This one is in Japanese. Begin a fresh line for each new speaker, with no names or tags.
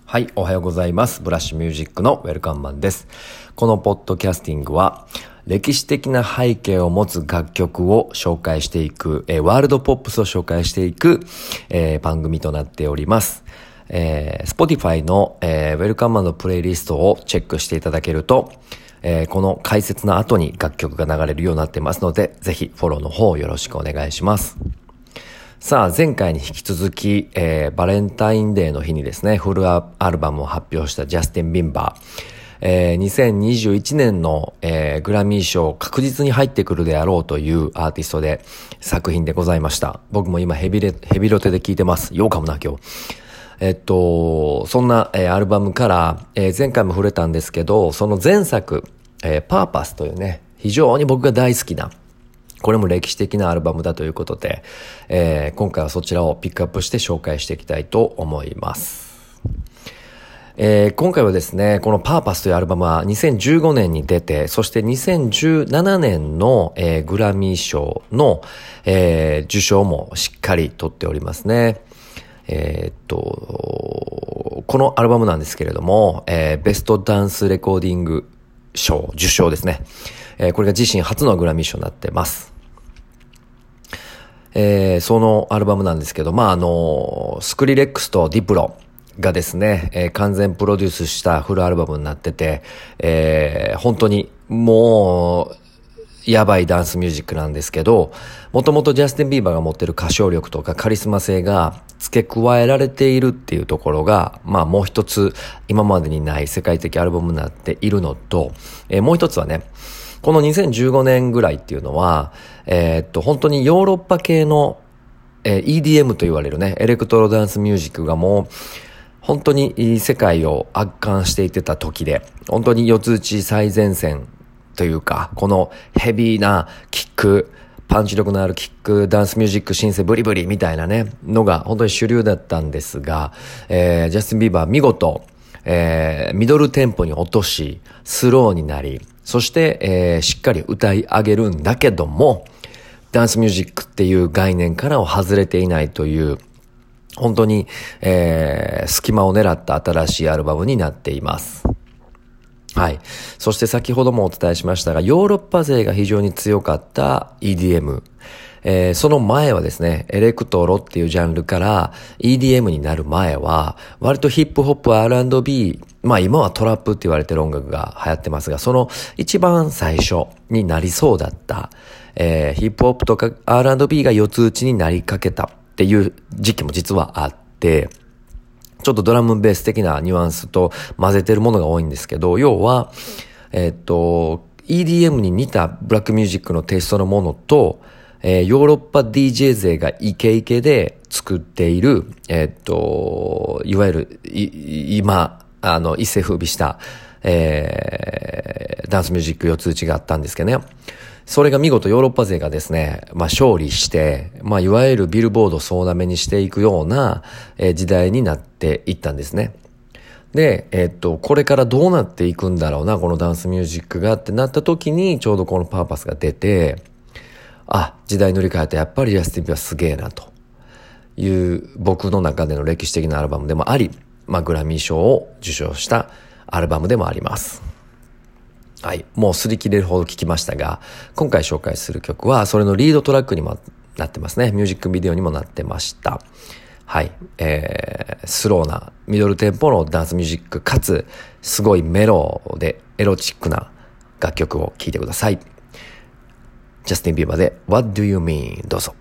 はい、おはようございます。ブラッシュミュージックのウェルカムマンです。このポッドキャスティングは歴史的な背景を持つ楽曲を紹介していく、ワールドポップスを紹介していく、番組となっております。Spotify の、ウェルカムマンのプレイリストをチェックしていただけると、この解説の後に楽曲が流れるようになってますので、ぜひフォローの方よろしくお願いします。さあ、前回に引き続き、バレンタインデーの日にですね、フルアルバムを発表したジャスティン・ビンバー。2021年の、グラミー賞確実に入ってくるであろうというアーティストで作品でございました。僕も今ヘビロテで聴いてます。ようかもな、今日。そんな、アルバムから、前回も触れたんですけど、その前作、パーパスというね、非常に僕が大好きな、これも歴史的なアルバムだということで、今回はそちらをピックアップして紹介していきたいと思います。今回はですね、このパーパスというアルバムは2015年に出て、そして2017年の、グラミー賞の、受賞もしっかり取っておりますね。このアルバムなんですけれども、ベストダンスレコーディング賞受賞ですね。これが自身初のグラミー賞になってます。そのアルバムなんですけど、スクリレックスとディプロがですね、完全プロデュースしたフルアルバムになってて、本当にもうやばいダンスミュージックなんですけど、もともとジャスティン・ビーバーが持ってる歌唱力とかカリスマ性が付け加えられているっていうところが、もう一つ今までにない世界的アルバムになっているのと、もう一つはね、この2015年ぐらいっていうのは、本当にヨーロッパ系の、EDM と言われるね、エレクトロダンスミュージックがもう、本当に世界を圧巻していってた時で、本当に四つ打ち最前線というか、このヘビーなキック、パンチ力のあるキック、ダンスミュージック、シンセブリブリみたいなね、のが本当に主流だったんですが、ジャスティン・ビーバー見事、ミドルテンポに落とし、スローになり、そして、しっかり歌い上げるんだけども、ダンスミュージックっていう概念からは外れていないという、本当に、隙間を狙った新しいアルバムになっています。はい。そして先ほどもお伝えしましたが、ヨーロッパ勢が非常に強かった EDM。その前はですね、エレクトロっていうジャンルから EDM になる前は、割とヒップホップ R&B、今はトラップって言われてる音楽が流行ってますが、その一番最初になりそうだった、ヒップホップとか R&B が四つ打ちになりかけたっていう時期も実はあって、ちょっとドラムベース的なニュアンスと混ぜてるものが多いんですけど、要は、EDM に似たブラックミュージックのテイストのものと、ヨーロッパ DJ 勢がイケイケで作っている、いわゆる、今、一世風靡した、ダンスミュージック四つ打ちがあったんですけどね。それが見事ヨーロッパ勢がですね、勝利して、いわゆるビルボード総なめにしていくような、時代になっていったんですね。で、これからどうなっていくんだろうな、このダンスミュージックがってなった時に、ちょうどこのパーパスが出て、時代乗り換えてやっぱりジャスティン・ビーバーすげえなという僕の中での歴史的なアルバムでもあり、グラミー賞を受賞したアルバムでもあります。はい。もう擦り切れるほど聞きましたが、今回紹介する曲はそれのリードトラックにもなってますね。ミュージックビデオにもなってました。はい。スローなミドルテンポのダンスミュージックかつすごいメロでエロチックな楽曲を聴いてください。ジャスティン・ビーバーで What Do You Mean? どうぞ。